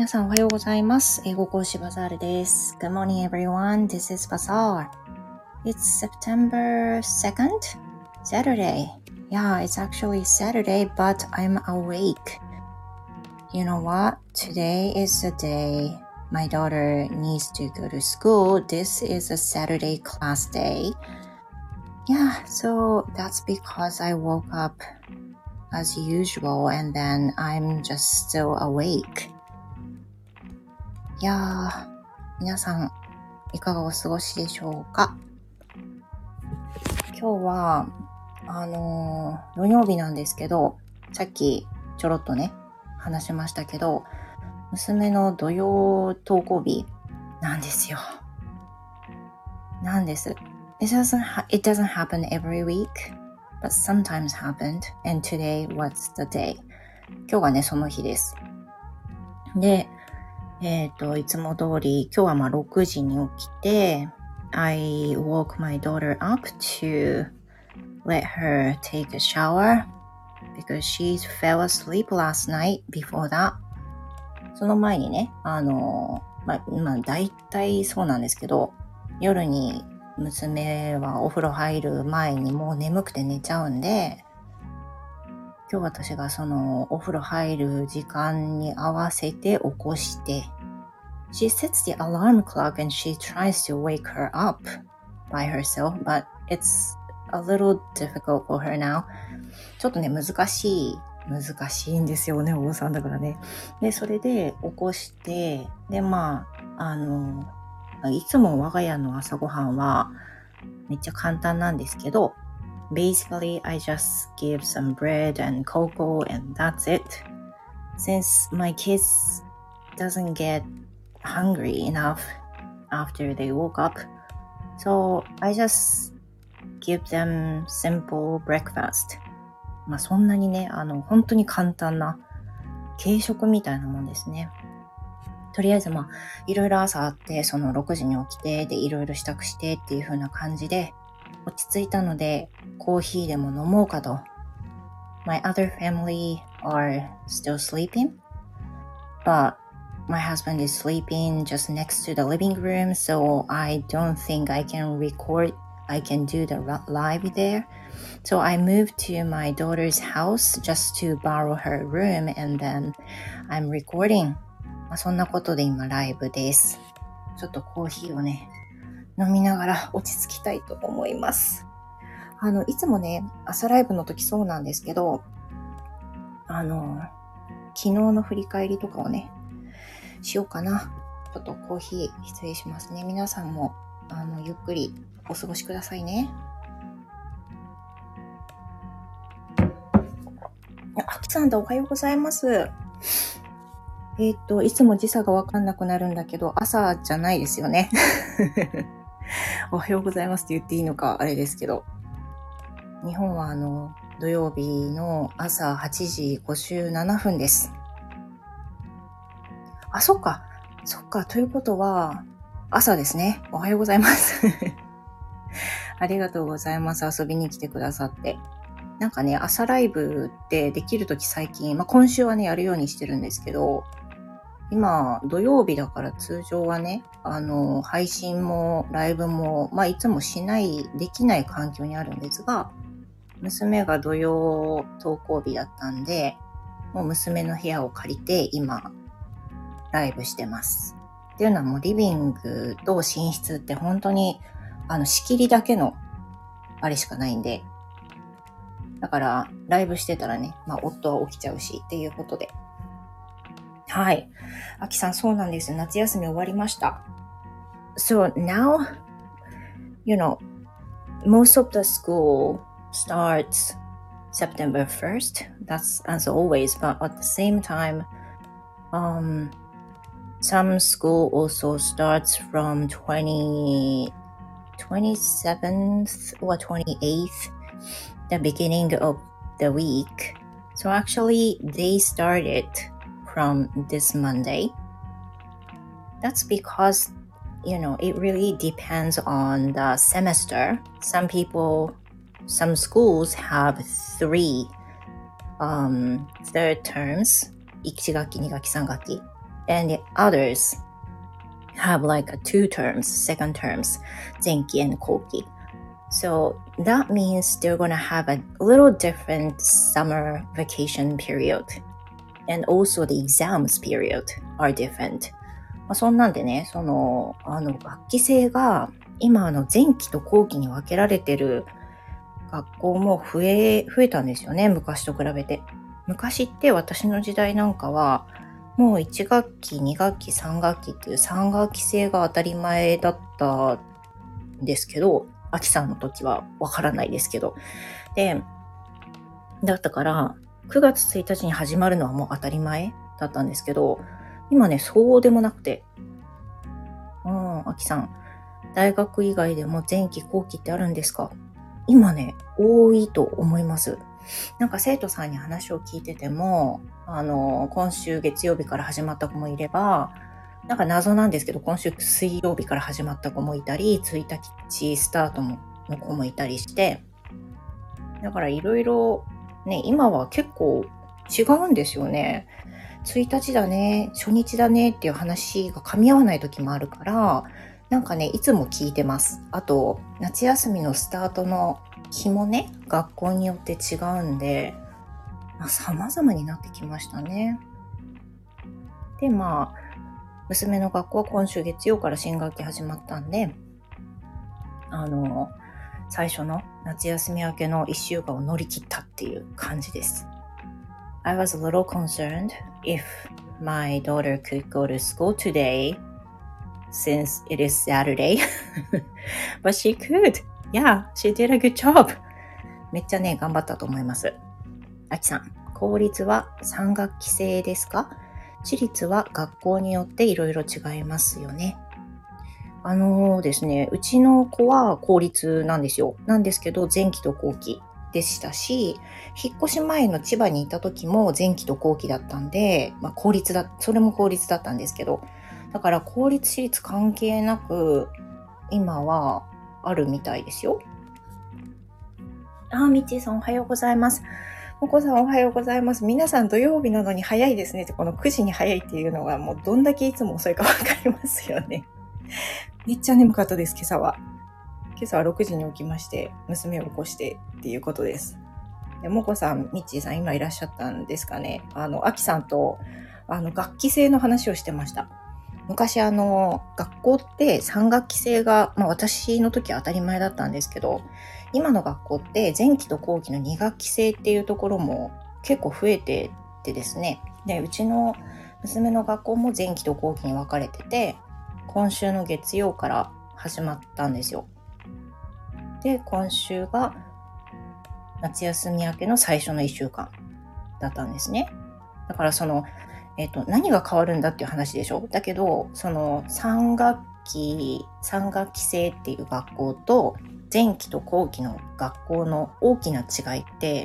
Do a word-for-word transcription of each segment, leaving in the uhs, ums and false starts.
皆さんおはようございます。英語講師バザールです。Good morning everyone. This is Bazaar. It's September second, Saturday. Yeah, it's actually Saturday, but I'm awake. You know what? Today is the day my daughter needs to go to school. This is a Saturday class day. Yeah, so that's because I woke up as usual and then I'm just still awake. いやー、皆さんいかがお過ごしでしょうか。今日はあのー、土曜日なんですけど、さっきちょろっとね話しましたけど、娘の土曜登校日なんですよ。なんです。It doesn't, ha- it doesn't happen every week, but sometimes happened, and today was the day. 今日がねその日です。で、えっと、いつも通り、今日はまあろくじに起きて、I woke my daughter up to let her take a shower because she fell asleep last night before that. その前にね、あの、まあ、まあ、大体そうなんですけど、夜に娘はお風呂入る前にもう眠くて寝ちゃうんで、今日私がそのお風呂入る時間に合わせて起こして、She sets the alarm clock and she tries to wake her up by herself, but it's a little difficult for her now. ちょっとね、難しい、難しいんですよね、お坊さんだからね。で、それで起こして、で、まあ、あの、いつも我が家の朝ごはんはめっちゃ簡単なんですけど、Basically, I just give some bread and cocoa and that's it. Since my kids doesn't get hungry enough after they woke up, so I just give them simple breakfast. まあそんなにね、あの本当に簡単な軽食みたいなもんですね。とりあえずまあいろいろ朝あって、そのろくじに起きて、でいろいろ支度してっていう風な感じで落ち着いたので、コーヒーでも飲もうかと。My other family are still sleeping, but my husband is sleeping just next to the living room, so I don't think I can record, I can do the live there. So I moved to my daughter's house just to borrow her room and then I'm recording. まあ、そんなことで今ライブです。ちょっとコーヒーをね、飲みながら落ち着きたいと思います。あの、いつもね、朝ライブの時そうなんですけど、あの、昨日の振り返りとかをね、しようかな。ちょっとコーヒー失礼しますね。皆さんも、あの、ゆっくりお過ごしくださいね。あきさんだ、おはようございます。えっと、いつも時差がわかんなくなるんだけど、朝じゃないですよね。おはようございますって言っていいのか、あれですけど。日本はあの、土曜日の朝はちじごじゅうななふんです。あ、そっか。そっか。ということは、朝ですね。おはようございます。ありがとうございます。遊びに来てくださって。なんかね、朝ライブってできるとき最近、まあ、今週はね、やるようにしてるんですけど、今、土曜日だから通常はね、あの、配信もライブも、まあ、いつもしない、できない環境にあるんですが、娘が土曜登校日だったんで、もう娘の部屋を借りて今、ライブしてます。っていうのはもうリビングと寝室って本当に、あの、仕切りだけの、あれしかないんで、だから、ライブしてたらね、まあ、夫は起きちゃうし、っていうことで。はい。あきさん、そうなんですよ。夏休み終わりました。So now, you know, most of the school starts September first. That's as always, but at the same time, um, some school also starts from twenty, twenty-seventh or twenty-eighth, the beginning of the week. So actually, they started from this Monday. That's because, you know, it really depends on the semester. Some people, some schools have three um, third terms. いち学期、に学期、さん学期。 and the others have like a two terms, second terms, 前期 and 後期. So that means they're going to have a little different summer vacation period. And also the exams period are different. まあ、そんなんでね、その、あの、学期制が今あの前期と後期に分けられてる学校も増え、増えたんですよね、昔と比べて。昔って私の時代なんかは、もういち学期、に学期、さん学期っていうさん学期制が当たり前だったんですけど、アキさんの時はわからないですけど。で、だったから、くがつついたちに始まるのはもう当たり前だったんですけど、今ね、そうでもなくて。うん、アキさん、大学以外でも前期後期ってあるんですか？今ね、多いと思います。なんか生徒さんに話を聞いてても、あの、今週月曜日から始まった子もいれば、なんか謎なんですけど、今週水曜日から始まった子もいたり、ついたちスタートの子もいたりして、だからいろいろね、今は結構違うんですよね。ついたちだね、初日だねっていう話が噛み合わない時もあるから、なんかね、いつも聞いてます。あと、夏休みのスタートの日もね、学校によって違うんで、まあ、様々になってきましたね。で、まあ、娘の学校は今週月曜から新学期始まったんで、あの、最初の夏休み明けのいっしゅうかんを乗り切ったっていう感じです。I was a little concerned if my daughter could go to school today since it is Saturday. But she could. Yeah, she did a good job. めっちゃね、頑張ったと思います。あきさん、公立はさん学期制ですか？私立は学校によっていろいろ違いますよね。あのー、ですね、うちの子は公立なんですよ。なんですけど、前期と後期でしたし、引っ越し前の千葉にいた時も前期と後期だったんで、まあ公立だ、それも公立だったんですけど、だから公立私立関係なく、今はあるみたいですよ。あ、みっちーさんおはようございます。もこさんおはようございます。皆さん土曜日なのに早いですねって、このくじに早いっていうのがもうどんだけいつも遅いかわかりますよね。めっちゃ眠かったです、今朝は。今朝はろくじに起きまして、娘を起こしてっていうことです。で、もこさん、みっちーさん今いらっしゃったんですかね。あの、あきさんと、あの、学期制の話をしてました。昔あの、学校ってさん学期制が、まあ私の時は当たり前だったんですけど、今の学校って前期と後期のに学期制っていうところも結構増えててですね。で、うちの娘の学校も前期と後期に分かれてて、今週の月曜から始まったんですよ。で、今週が夏休み明けの最初のいっしゅうかんだったんですね。だからその、えっと、何が変わるんだっていう話でしょ？だけど、そのさん学期、さん学期制っていう学校と前期と後期の学校の大きな違いって、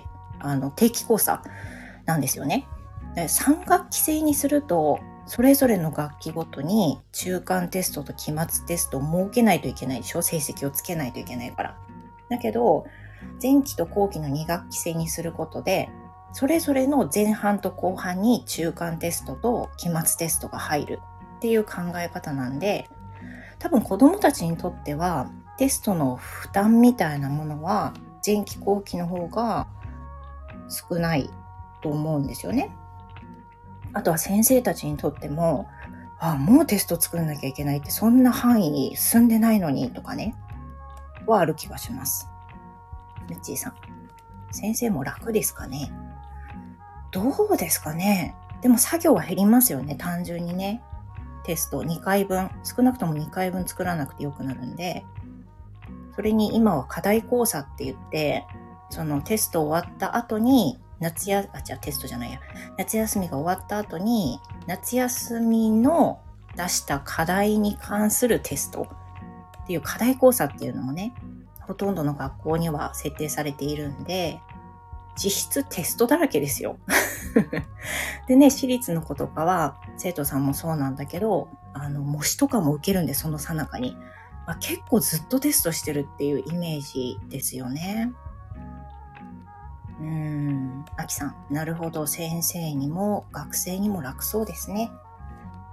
あの、定期考査なんですよね。で、さん学期制にすると、それぞれの学期ごとに中間テストと期末テストを設けないといけないでしょ？成績をつけないといけないから。だけど、前期と後期のに学期制にすることで、それぞれの前半と後半に中間テストと期末テストが入るっていう考え方なんで、多分子どもたちにとってはテストの負担みたいなものは前期後期の方が少ないと思うんですよね。あとは先生たちにとっても、あ、もうテスト作んなきゃいけないってそんな範囲に進んでないのにとかね、はある気がします。みっちーさん、先生も楽ですかね？どうですかね？でも作業は減りますよね、単純にね。テストにかいぶん、少なくともにかいぶん作らなくてよくなるんで、それに今は課題考査って言って、そのテスト終わった後に、夏や、あ、じゃあテストじゃないや、夏休みが終わった後に、夏休みの出した課題に関するテストっていう課題考査っていうのもね、ほとんどの学校には設定されているんで、実質テストだらけですよ。でね、私立の子とかは、生徒さんもそうなんだけど、あの、模試とかも受けるんで、その最中に。まあ、結構ずっとテストしてるっていうイメージですよね。うーん、あきさん、なるほど、先生にも学生にも楽そうですね。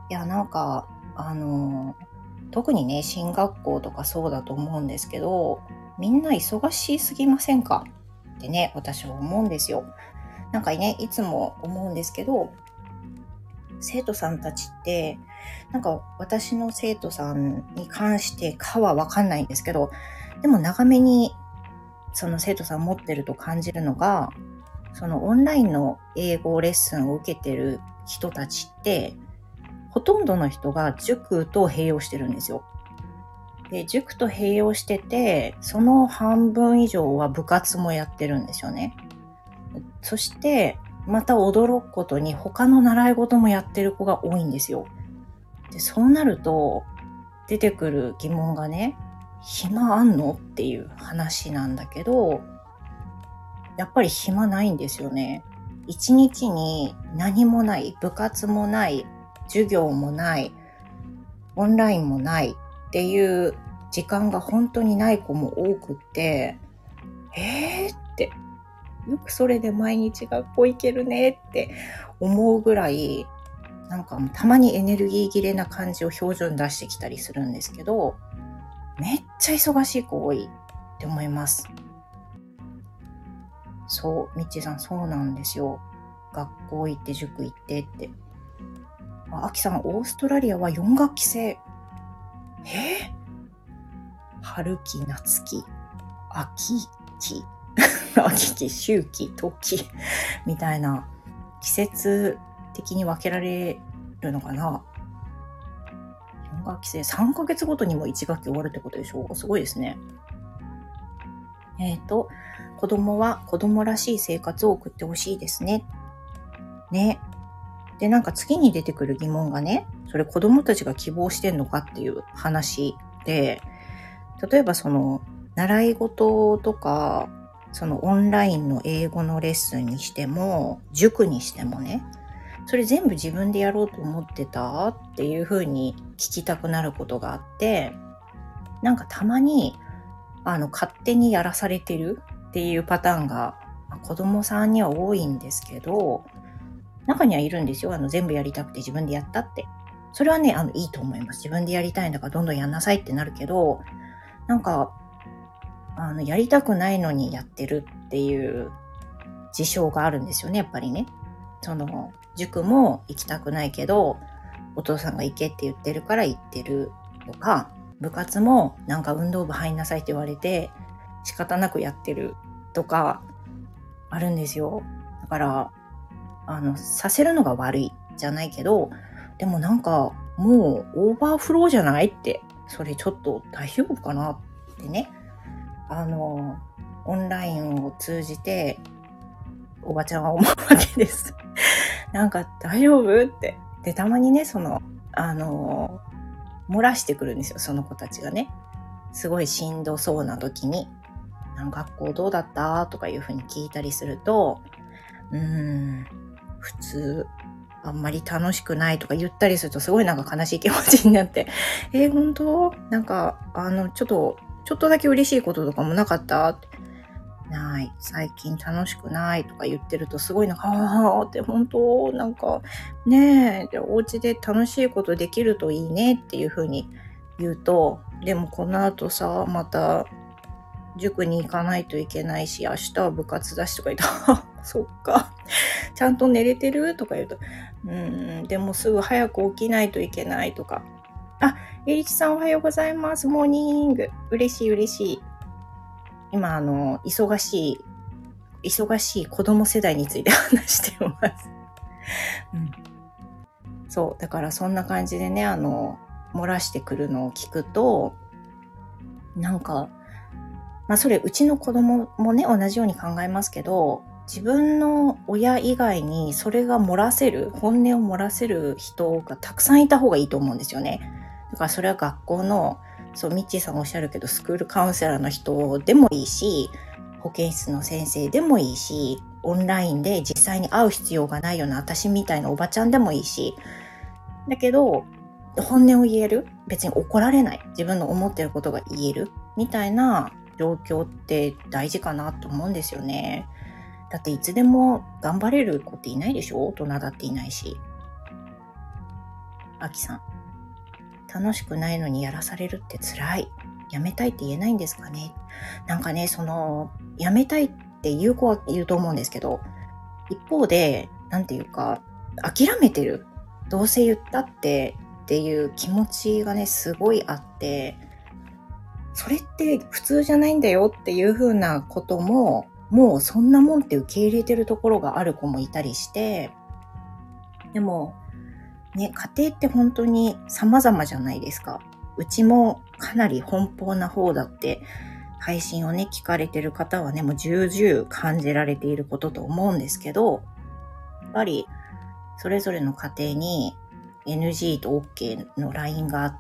いや、なんか、あの、特にね、進学校とかそうだと思うんですけど、みんな忙しすぎませんかってね、私は思うんですよ。なんかね、いつも思うんですけど、生徒さんたちって、なんか私の生徒さんに関してかはわかんないんですけど、でも長めにその生徒さん持ってると感じるのが、そのオンラインの英語レッスンを受けてる人たちって、ほとんどの人が塾と併用してるんですよ。で、塾と併用してて、その半分以上は部活もやってるんですよね。そして、また驚くことに他の習い事もやってる子が多いんですよ。で、そうなると、出てくる疑問がね、暇あんのっていう話なんだけど、やっぱり暇ないんですよね。一日に何もない、部活もない、授業もない、オンラインもないっていう時間が本当にない子も多くって、えーって、よくそれで毎日学校行けるねって思うぐらい、なんかたまにエネルギー切れな感じを表情に出してきたりするんですけど、めっちゃ忙しい子多いって思います。そう、ミッチーさんそうなんですよ。学校行って塾行ってって。あ、アキさん、オーストラリアはよん学期制。えー、春期、夏期、秋期、秋期、秋季、冬季みたいな季節的に分けられるのかな。よん学期制、さんかげつごとにもいち学期終わるってことでしょう。すごいですね。えっと、子供は子供らしい生活を送ってほしいですね。ね。で、なんか次に出てくる疑問がね、それ子供たちが希望してんのかっていう話で、例えばその、習い事とか、そのオンラインの英語のレッスンにしても、塾にしてもね、それ全部自分でやろうと思ってたっていう風に聞きたくなることがあって、なんかたまに、あの、勝手にやらされてるっていうパターンが、まあ、子供さんには多いんですけど、中にはいるんですよ。あの、全部やりたくて自分でやったって。それはね、あの、いいと思います。自分でやりたいんだからどんどんやんなさいってなるけど、なんか、あの、やりたくないのにやってるっていう事象があるんですよね、やっぱりね。その、塾も行きたくないけど、お父さんが行けって言ってるから行ってるとか、部活もなんか運動部入んなさいって言われて仕方なくやってるとかあるんですよ。だから、あの、させるのが悪いじゃないけど、でもなんかもうオーバーフローじゃないって、それちょっと大丈夫かなってね。あの、オンラインを通じておばちゃんは思うわけです。なんか大丈夫って。で、たまにね、その、あの、漏らしてくるんですよ、その子たちがね。すごいしんどそうな時に、学校どうだったとかいうふうに聞いたりすると、うーん、普通、あんまり楽しくないとか言ったりするとすごいなんか悲しい気持ちになって、えー、本当なんか、あの、ちょっと、ちょっとだけ嬉しいこととかもなかったない。最近楽しくないとか言ってるとすごいなんか、あーって本当なんか、ねえ、お家で楽しいことできるといいねっていう風に言うと、でもこの後さ、また塾に行かないといけないし、明日は部活だしとか言うと、そっか。ちゃんと寝れてるとか言うと、うーん、でもすぐ早く起きないといけないとか。あ、えりちさんおはようございます。モーニング。嬉しい嬉しい。今、あの、忙しい、忙しい子供世代について話してます。うん。そう、だからそんな感じでね、あの、漏らしてくるのを聞くと、なんか、まあそれ、うちの子供もね、同じように考えますけど、自分の親以外にそれが漏らせる、本音を漏らせる人がたくさんいた方がいいと思うんですよね。だからそれは学校の、そう、ミッチーさんおっしゃるけど、スクールカウンセラーの人でもいいし、保健室の先生でもいいし、オンラインで実際に会う必要がないような私みたいなおばちゃんでもいいし、だけど、本音を言える、別に怒られない、自分の思ってることが言える、みたいな状況って大事かなと思うんですよね。だっていつでも頑張れる子っていないでしょ？大人だっていないし。 あきさん。楽しくないのにやらされるって辛い。やめたいって言えないんですかね。なんかね、その、やめたいって言う子は言うと思うんですけど、一方で、なんていうか、諦めてる。どうせ言ったってっていう気持ちがね、すごいあって、それって普通じゃないんだよっていう風なことも、もうそんなもんって受け入れてるところがある子もいたりして、でも、ね、家庭って本当に様々じゃないですか。うちもかなり奔放な方だって、配信をね、聞かれてる方はね、もう重々感じられていることと思うんですけど、やっぱり、それぞれの家庭に エヌジー と OK のラインがあって、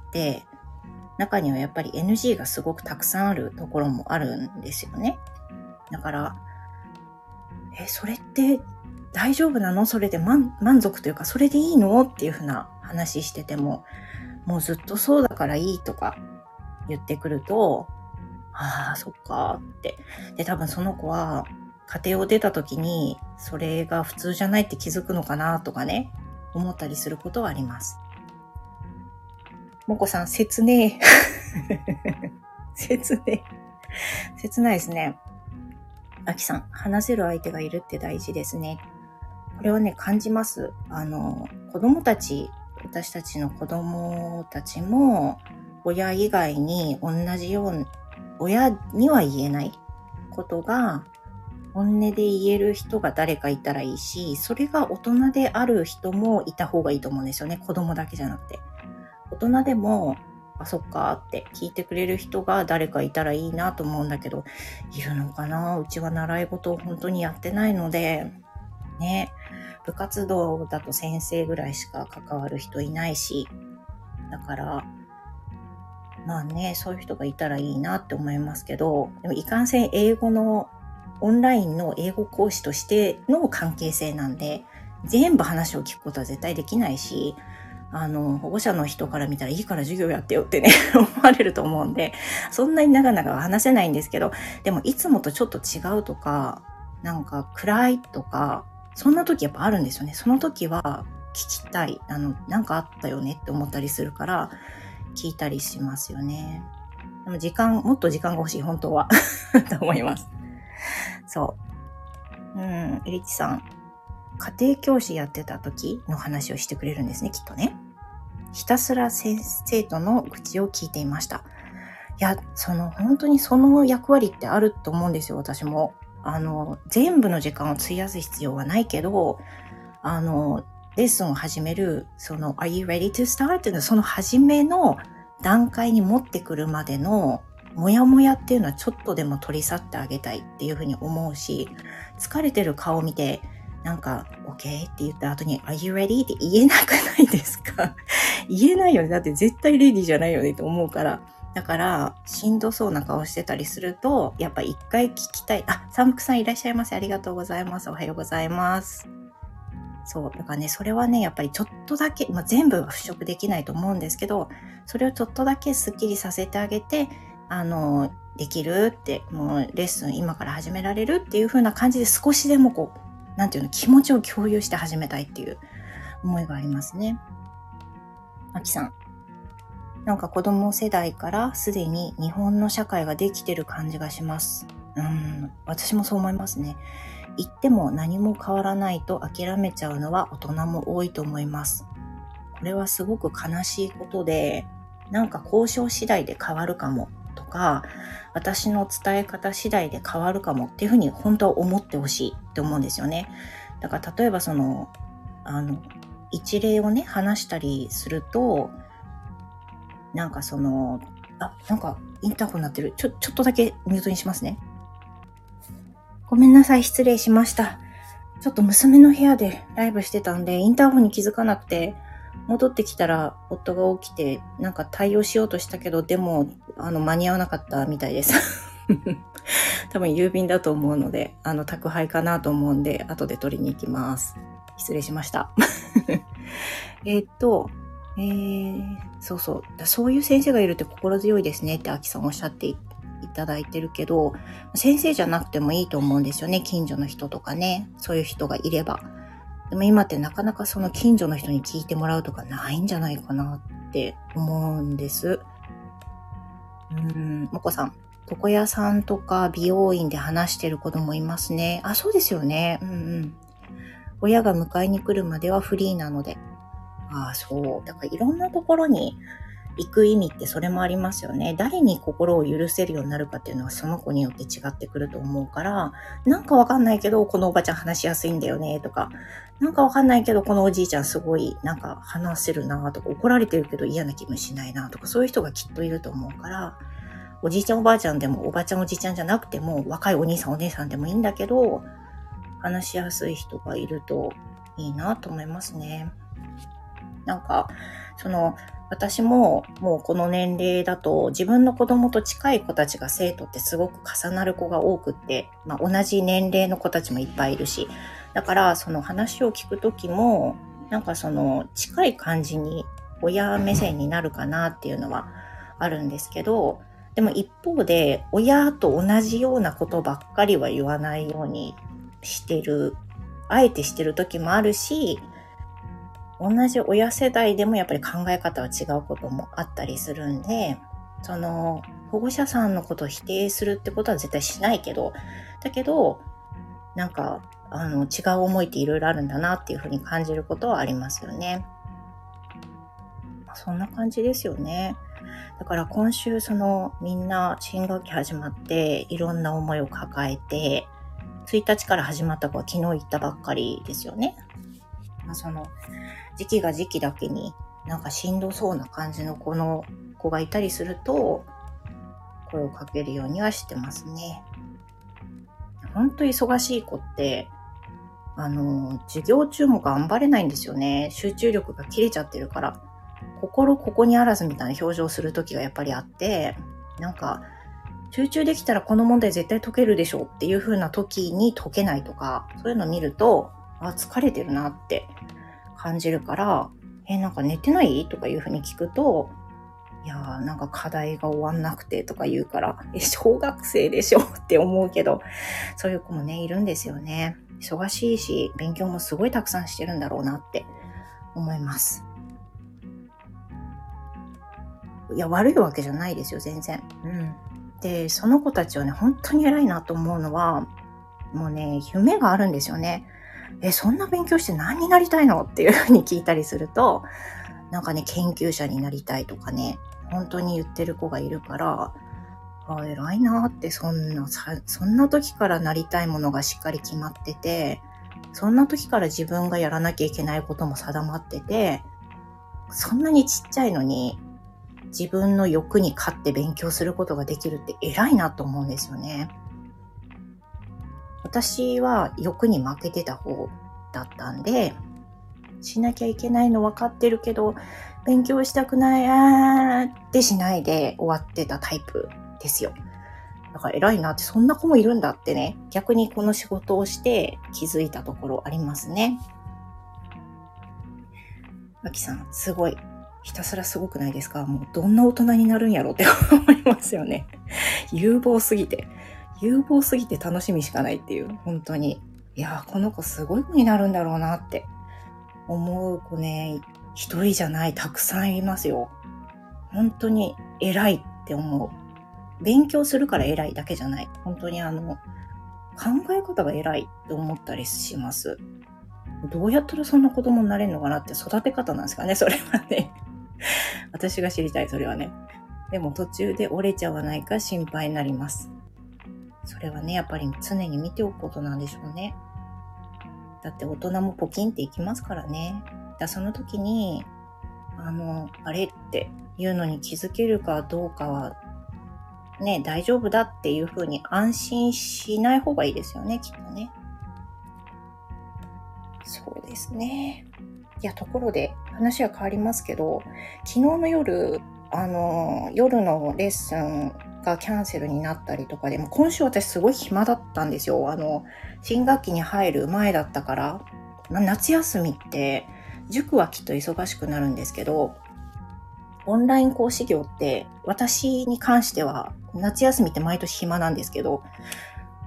中にはやっぱり エヌジー がすごくたくさんあるところもあるんですよね。だから、え、それって大丈夫なの？それで 満, 満足というか、それでいいの？っていうふうな話してても、もうずっとそうだからいいとか言ってくると、ああ、そっかって。で、多分その子は家庭を出た時にそれが普通じゃないって気づくのかなとかね、思ったりすることはあります。もこさん、切ねえ。切ねえ。切ないですね。あきさん、話せる相手がいるって大事ですね。これはね、感じます。あの、子供たち、私たちの子供たちも、親以外に同じように、親には言えないことが、本音で言える人が誰かいたらいいし、それが大人である人もいた方がいいと思うんですよね。子供だけじゃなくて。大人でも、あ、そっかって聞いてくれる人が誰かいたらいいなと思うんだけど、いるのかな？うちは習い事を本当にやってないので、ね、部活動だと先生ぐらいしか関わる人いないし、だから、まあね、そういう人がいたらいいなって思いますけど、でもいかんせん英語の、オンラインの英語講師としての関係性なんで、全部話を聞くことは絶対できないし、あの、保護者の人から見たらいいから授業やってよってね、思われると思うんで、そんなに長々は話せないんですけど、でもいつもとちょっと違うとか、なんか暗いとか、そんな時やっぱあるんですよね。その時は聞きたい。あの、なんかあったよねって思ったりするから、聞いたりしますよね。でも時間、もっと時間が欲しい、本当は。と思います。そう。うん、エリチさん。家庭教師やってた時の話をしてくれるんですね、きっとね。ひたすら先生徒の口を聞いていました。いや、その本当にその役割ってあると思うんですよ、私も。あの、全部の時間を費やす必要はないけど、あの、レッスンを始める、その、Are you ready to start? っていうのは、その始めの段階に持ってくるまでの、もやもやっていうのはちょっとでも取り去ってあげたいっていうふうに思うし、疲れてる顔を見て、なんか、OK って言った後に、Are you ready? って言えなくないですか？言えないよね。だって絶対レディじゃないよねって思うから。だから、しんどそうな顔してたりすると、やっぱ一回聞きたい。あ、サムクさんいらっしゃいませ。ありがとうございます。おはようございます。そう。だからね、それはね、やっぱりちょっとだけ、まあ、全部は払拭できないと思うんですけど、それをちょっとだけスッキリさせてあげて、あの、できるって、もうレッスン今から始められるっていう風な感じで少しでもこう、なんていうの、気持ちを共有して始めたいっていう思いがありますね。あきさん。なんか子供世代からすでに日本の社会ができてる感じがします。うん、私もそう思いますね。言っても何も変わらないと諦めちゃうのは大人も多いと思います。これはすごく悲しいことで、なんか交渉次第で変わるかもとか、私の伝え方次第で変わるかもっていうふうに本当は思ってほしいって思うんですよね。だから例えばその、あの、一例をね、話したりすると、なんかその、あ、なんかインターホンになってる。ちょ、ちょっとだけミュートにしますね。ごめんなさい、失礼しました。ちょっと娘の部屋でライブしてたんで、インターホンに気づかなくて、戻ってきたら夫が起きて、なんか対応しようとしたけど、でも、あの、間に合わなかったみたいです。多分郵便だと思うので、あの、宅配かなと思うんで、後で取りに行きます。失礼しました。えっと、えー、そうそう。そういう先生がいるって心強いですねって、あきさんおっしゃっていただいてるけど、先生じゃなくてもいいと思うんですよね。近所の人とかね。そういう人がいれば。 でも今ってなかなかその近所の人に聞いてもらうとかないんじゃないかなって思うんです。うーん、もこさん。床屋さんとか美容院で話してる子供いますね。あ、そうですよね。うんうん。親が迎えに来るまではフリーなので。ああ、そう。だからいろんなところに行く意味ってそれもありますよね。誰に心を許せるようになるかっていうのはその子によって違ってくると思うから、なんかわかんないけどこのおばちゃん話しやすいんだよねとか、なんかわかんないけどこのおじいちゃんすごいなんか話せるなとか、怒られてるけど嫌な気分しないなとか、そういう人がきっといると思うから、おじいちゃんおばあちゃんでもおばちゃんおじいちゃんじゃなくても若いお兄さんお姉さんでもいいんだけど、話しやすい人がいるといいなと思いますね。なんかその私ももうこの年齢だと自分の子供と近い子たちが生徒ってすごく重なる子が多くって、まあ、同じ年齢の子たちもいっぱいいるし、だからその話を聞くときもなんかその近い感じに親目線になるかなっていうのはあるんですけど、でも一方で親と同じようなことばっかりは言わないようにしてる、あえてしてる時もあるし、同じ親世代でもやっぱり考え方は違うこともあったりするんで、その保護者さんのことを否定するってことは絶対しないけど、だけどなんかあの違う思いっていろいろあるんだなっていうふうに感じることはありますよね。そんな感じですよね。だから今週そのみんな新学期始まっていろんな思いを抱えて、ついたちから始まった子は昨日行ったばっかりですよね。まあ、その時期が時期だけになんかしんどそうな感じの子の子がいたりすると声をかけるようにはしてますね。本当に忙しい子ってあの授業中も頑張れないんですよね。集中力が切れちゃってるから、心ここにあらずみたいな表情する時がやっぱりあって、なんか集中できたらこの問題絶対解けるでしょっていう風な時に解けないとか、そういうのを見るとあ疲れてるなって感じるから、えなんか寝てないとかいう風に聞くと、いやーなんか課題が終わんなくてとか言うから、え小学生でしょって思うけど、そういう子もねいるんですよね。忙しいし勉強もすごいたくさんしてるんだろうなって思います。いや悪いわけじゃないですよ全然。うん。でその子たちはね本当に偉いなと思うのは、もうね夢があるんですよね。えそんな勉強して何になりたいのっていうふうに聞いたりすると、なんかね研究者になりたいとかね本当に言ってる子がいるから、あ偉いなって、そんなそんな時からなりたいものがしっかり決まってて、そんな時から自分がやらなきゃいけないことも定まってて、そんなにちっちゃいのに自分の欲に勝って勉強することができるって偉いなと思うんですよね。私は欲に負けてた方だったんで、しなきゃいけないの分かってるけど勉強したくないあーってしないで終わってたタイプですよ。だから偉いなって、そんな子もいるんだってね、逆にこの仕事をして気づいたところありますね。あきさんすごい、ひたすらすごくないですか？もうどんな大人になるんやろって思いますよね。有望すぎて有望すぎて楽しみしかないっていう、本当にいやこの子すごい子になるんだろうなって思う子ね、一人じゃない、たくさんいますよ。本当に偉いって思う。勉強するから偉いだけじゃない、本当にあの考え方が偉いって思ったりします。どうやったらそんな子供になれるのかなって、育て方なんですかねそれはね。私が知りたい、それはね。でも途中で折れちゃわないか心配になります。それはねやっぱり常に見ておくことなんでしょうね。だって大人もポキンっていきますからね。だその時にあのあれっていうのに気づけるかどうかはね、大丈夫だっていう風に安心しない方がいいですよね、きっとね。そうですね。いやところで話は変わりますけど、昨日の夜あの夜のレッスンがキャンセルになったりとかで、も今週私すごい暇だったんですよ。あの新学期に入る前だったから、夏休みって塾はきっと忙しくなるんですけど、オンライン講師業って私に関しては夏休みって毎年暇なんですけど、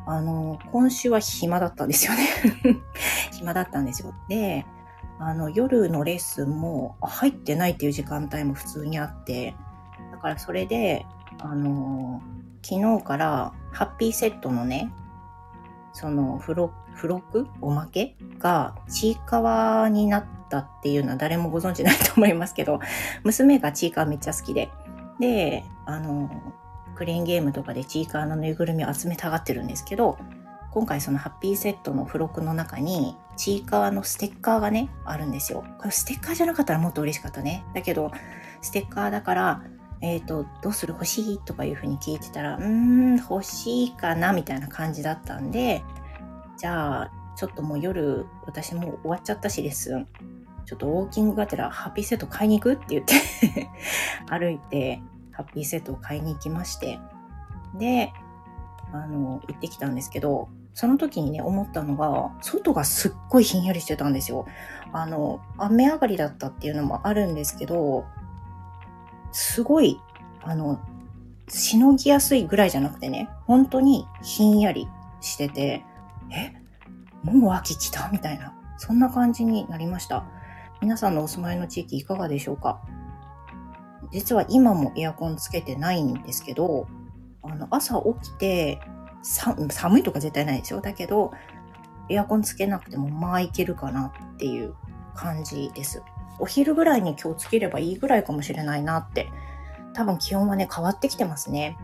あの、今週は暇だったんですよね。暇だったんですよ。で、あの、夜のレッスンも入ってないっていう時間帯も普通にあって、だからそれで、あの、昨日からハッピーセットのね、その付録、付録おまけがちいかわになったっていうのは誰もご存知ないと思いますけど、娘がちいかわめっちゃ好きで、で、あの、クレーンゲームとかでちいかわのぬいぐるみを集めたがってるんですけど、今回そのハッピーセットの付録の中にちいかわのステッカーがね、あるんですよ。これステッカーじゃなかったらもっと嬉しかったね。だけど、ステッカーだから、えっと、どうする欲しいとかいうふうに聞いてたら、うーん、欲しいかなみたいな感じだったんで、じゃあ、ちょっともう夜、私もう終わっちゃったしレッスン。ちょっとウォーキングがてらハッピーセット買いに行くって言って歩いてハッピーセットを買いに行きまして。で、あの、行ってきたんですけど、その時にね、思ったのが、外がすっごいひんやりしてたんですよ。あの、雨上がりだったっていうのもあるんですけど、すごい、あの、しのぎやすいぐらいじゃなくてね、本当にひんやりしてて、え、もう秋来たみたいな、そんな感じになりました。皆さんのお住まいの地域いかがでしょうか？実は今もエアコンつけてないんですけど、あの朝起きてさ寒いとか絶対ないですよ。だけどエアコンつけなくてもまあいけるかなっていう感じです。お昼ぐらいに今日つければいいぐらいかもしれないなって。多分気温はね変わってきてますね。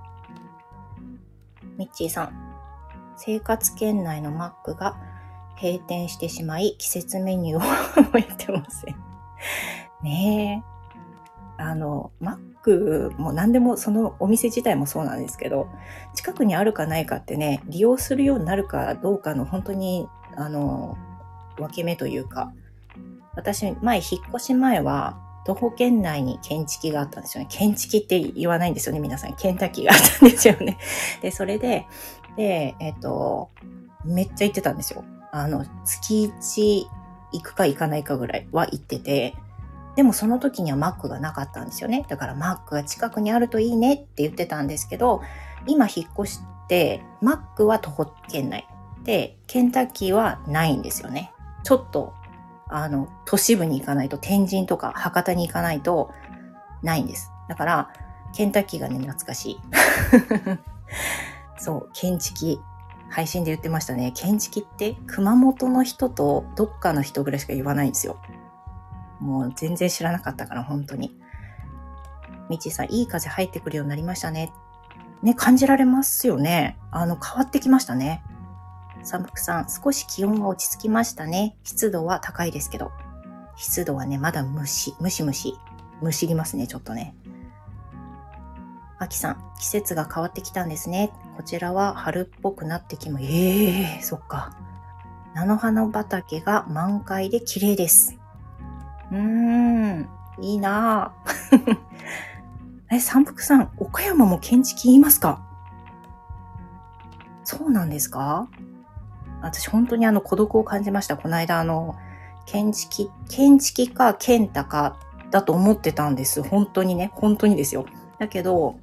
ミッチーさん、生活圏内のマックが閉店してしまい季節メニューを覚えてませんねえ。あの、マックも何でもそのお店自体もそうなんですけど、近くにあるかないかってね、利用するようになるかどうかの本当に、あの、分け目というか、私、前、引っ越し前は、徒歩圏内にケンチキがあったんですよね。ケンチキって言わないんですよね、皆さん。ケンタッキーがあったんですよね。で、それで、で、えっと、めっちゃ行ってたんですよ。あの、月いち行くか行かないかぐらいは行ってて、でもその時にはマックがなかったんですよね。だからマックが近くにあるといいねって言ってたんですけど、今引っ越して、マックは徒歩圏内。で、ケンタッキーはないんですよね。ちょっと、あの、都市部に行かないと、天神とか博多に行かないとないんです。だから、ケンタッキーがね、懐かしい。そう、ケンチキ。配信で言ってましたね。ケンチキって熊本の人とどっかの人ぐらいしか言わないんですよ。もう全然知らなかったから、本当に。みちさん、いい風入ってくるようになりましたね。ね、感じられますよね。あの、変わってきましたね。サムクさん、少し気温が落ち着きましたね。湿度は高いですけど。湿度はね、まだムシ、ムシムシ、むしりますね、ちょっとね。あきさん、季節が変わってきたんですね。こちらは春っぽくなってきま、ええー、そっか。菜の花畑が満開で綺麗です。うーん、いいなぁ。え、三福さん、岡山も建築言いますか？そうなんですか？私本当にあの孤独を感じました。この間あの、建築、建築か健太かだと思ってたんです。本当にね、本当にですよ。だけど、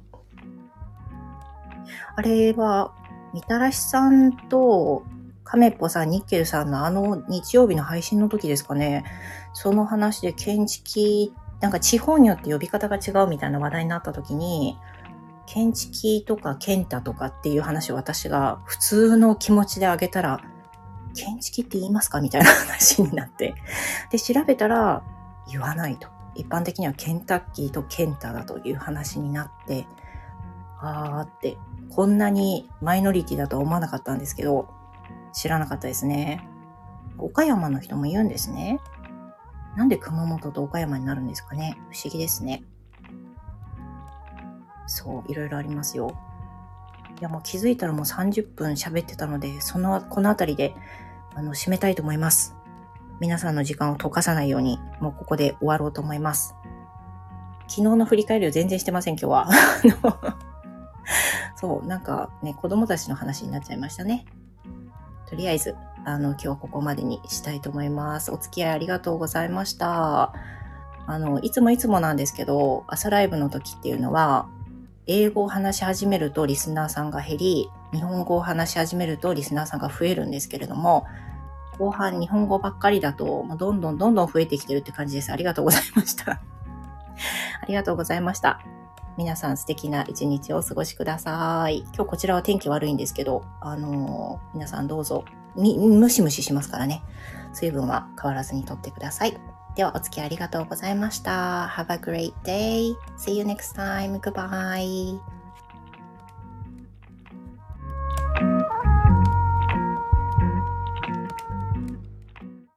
あれは、みたらしさんと亀っぽさん、ニッケルさんのあの日曜日の配信の時ですかね。その話で建築、なんか地方によって呼び方が違うみたいな話題になった時に、建築とか健太とかっていう話を私が普通の気持ちであげたら、建築って言いますかみたいな話になって。で、調べたら言わないと。一般的にはケンタッキーとケンタだという話になって、あーって、こんなにマイノリティだとは思わなかったんですけど、知らなかったですね。岡山の人も言うんですね。なんで熊本と岡山になるんですかね。不思議ですね。そう、いろいろありますよ。いや、もう気づいたらもうさんじゅっぷん喋ってたので、その、このあたりで、あの、締めたいと思います。皆さんの時間を溶かさないように、もうここで終わろうと思います。昨日の振り返りを全然してません、今日は。そう、なんかね、子供たちの話になっちゃいましたね。とりあえず、あの、今日はここまでにしたいと思います。お付き合いありがとうございました。あの、いつもいつもなんですけど、朝ライブの時っていうのは、英語を話し始めるとリスナーさんが減り、 日本語を話し始めるとリスナーさんが増えるんですけれども、後半日本語ばっかりだと、どんどんどんどん増えてきてるって感じです。ありがとうございました。ありがとうございました。皆さん素敵な一日をお過ごしください。今日こちらは天気悪いんですけど、あのー、皆さんどうぞ、み、ムシムシしますからね。水分は変わらずにとってください。ではお付き合いありがとうございました。Have a great day. See you next time. Goodbye.